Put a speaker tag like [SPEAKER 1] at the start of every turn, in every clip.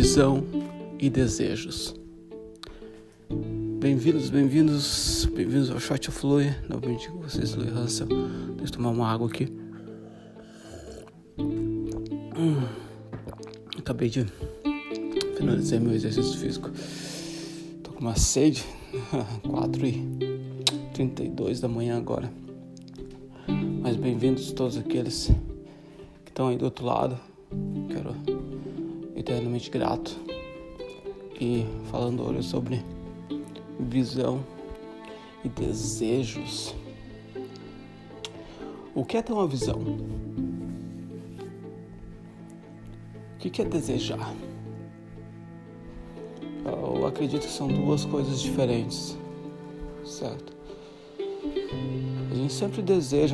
[SPEAKER 1] visão e desejos. Bem-vindos ao Shot of Lui. Novamente com vocês, Lui Hansel. Deixa eu tomar uma água aqui. Acabei de finalizar meu exercício físico. Tô com uma sede. 4h32 da manhã agora. Mas bem-vindos todos aqueles que estão aí do outro lado. Quero eternamente grato. E falando hoje sobre visão e desejos. O que é ter uma visão? O que é desejar? Eu acredito que são duas coisas diferentes, certo? A gente sempre deseja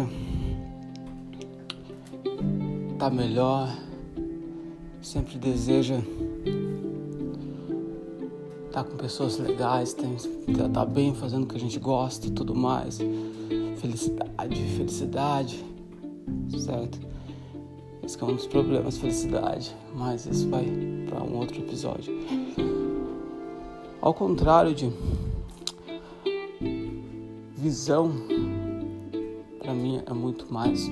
[SPEAKER 1] estar melhor, sempre deseja estar com pessoas legais, estar bem fazendo o que a gente gosta e tudo mais. Felicidade, certo? Esse é um dos problemas, felicidade, mas isso vai para um outro episódio. Ao contrário de visão, para mim é muito mais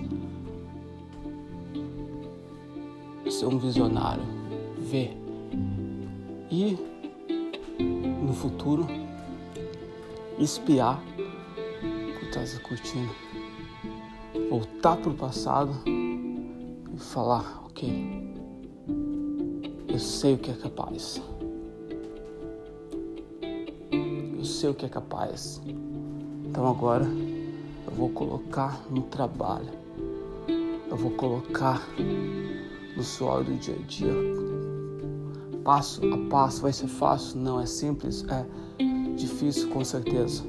[SPEAKER 1] ser um visionário, ver e no futuro espiar por trás da cortina, voltar pro passado e falar, ok, eu sei o que é capaz, então agora eu vou colocar no trabalho, eu vou colocar no suor do dia a dia, passo a passo. Vai ser fácil? Não. É simples? É difícil, com certeza.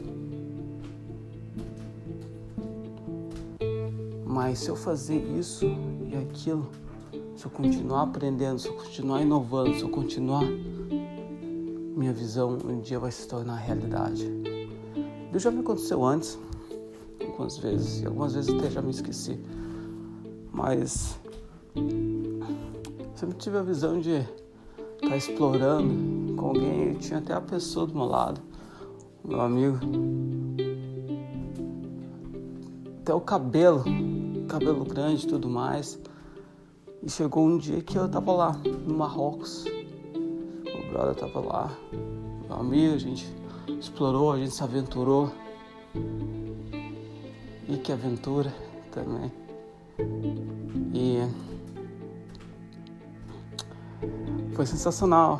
[SPEAKER 1] Mas se eu fazer isso e aquilo, se eu continuar aprendendo, se eu continuar inovando, se eu continuar, minha visão um dia vai se tornar realidade. Isso já me aconteceu antes, algumas vezes, e algumas vezes até já me esqueci. Mas sempre tive a visão de estar explorando com alguém. Eu tinha até a pessoa do meu lado, meu amigo, até o cabelo grande e tudo mais. E chegou um dia que eu tava lá no Marrocos, meu brother tava lá, meu amigo, a gente explorou, a gente se aventurou. E que aventura também. E foi sensacional.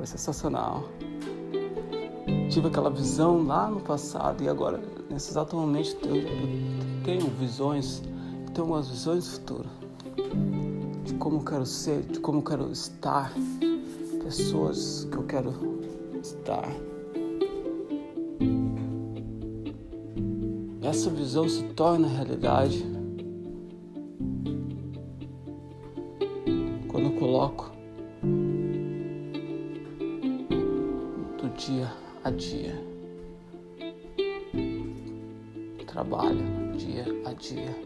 [SPEAKER 1] Tive aquela visão lá no passado e agora, nesse exato momento, eu tenho visões, tenho algumas visões do futuro, de como eu quero ser, de como eu quero estar, pessoas que eu quero estar. Essa visão se torna realidade quando eu coloco do dia a dia, trabalho dia a dia,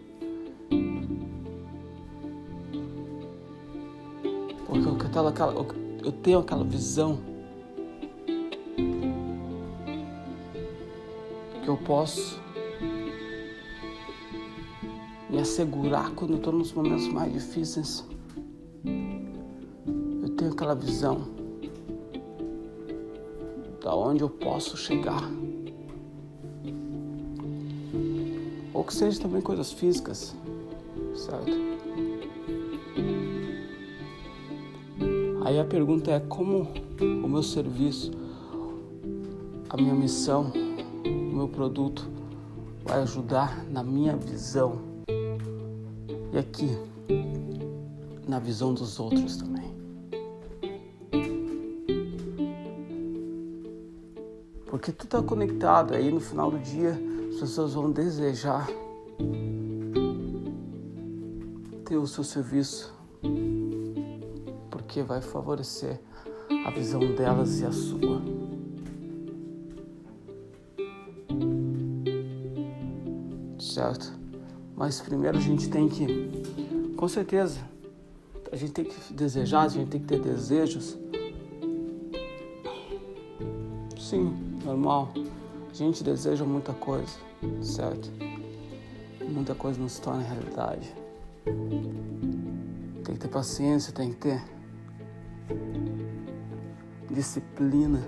[SPEAKER 1] porque eu tenho aquela visão que eu posso me assegurar quando eu estou nos momentos mais difíceis. Eu tenho aquela visão da onde eu posso chegar, ou que seja também coisas físicas, certo? Aí a pergunta é como o meu serviço, a minha missão, o meu produto vai ajudar na minha visão e aqui na visão dos outros também. Porque tudo está conectado. Aí no final do dia as pessoas vão desejar ter o seu serviço, porque vai favorecer a visão delas e a sua. Certo? Mas primeiro a gente tem que, com certeza, a gente tem que desejar, a gente tem que ter desejos sim, normal. A gente deseja muita coisa, certo? Muita coisa não se torna realidade. Tem que ter paciência, tem que ter disciplina.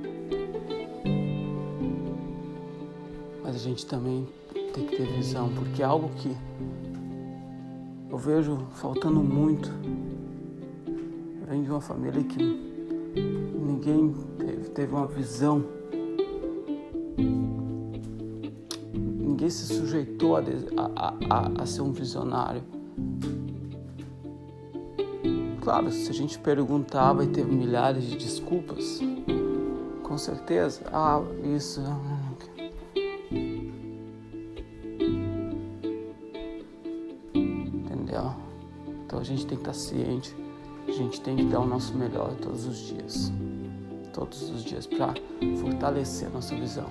[SPEAKER 1] Mas a gente também tem que ter visão, porque é algo que eu vejo faltando muito. Eu venho de uma família que ninguém teve uma visão. Ninguém se sujeitou a ser um visionário. Claro, se a gente perguntar, vai ter milhares de desculpas. Com certeza. Isso. Entendeu? Então a gente tem que estar ciente. A gente tem que dar o nosso melhor todos os dias. Todos os dias para fortalecer a nossa visão.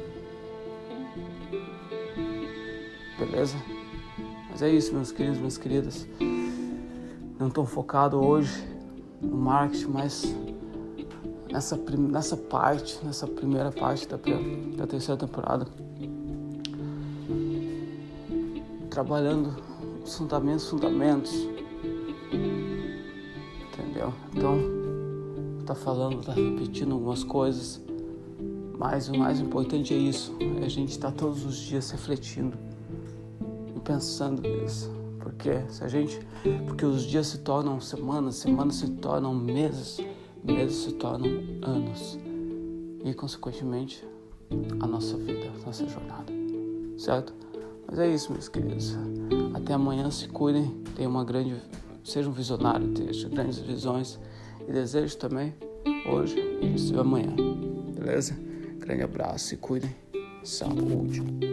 [SPEAKER 1] Beleza? Mas é isso, meus queridos, minhas queridas. Não estou focado hoje no marketing, mas nessa primeira parte da terceira temporada, trabalhando os fundamentos, entendeu? Então, tá falando, tá repetindo algumas coisas, mas o mais importante é isso, é a gente estar todos os dias refletindo e pensando nisso. Porque os dias se tornam semanas, semanas se tornam meses, meses se tornam anos e, consequentemente, a nossa vida, a nossa jornada, certo? Mas é isso, meus queridos. Até amanhã, se cuidem, sejam visionários, tenham grandes visões e desejo também hoje e amanhã, beleza? Grande abraço, se cuidem, saúde.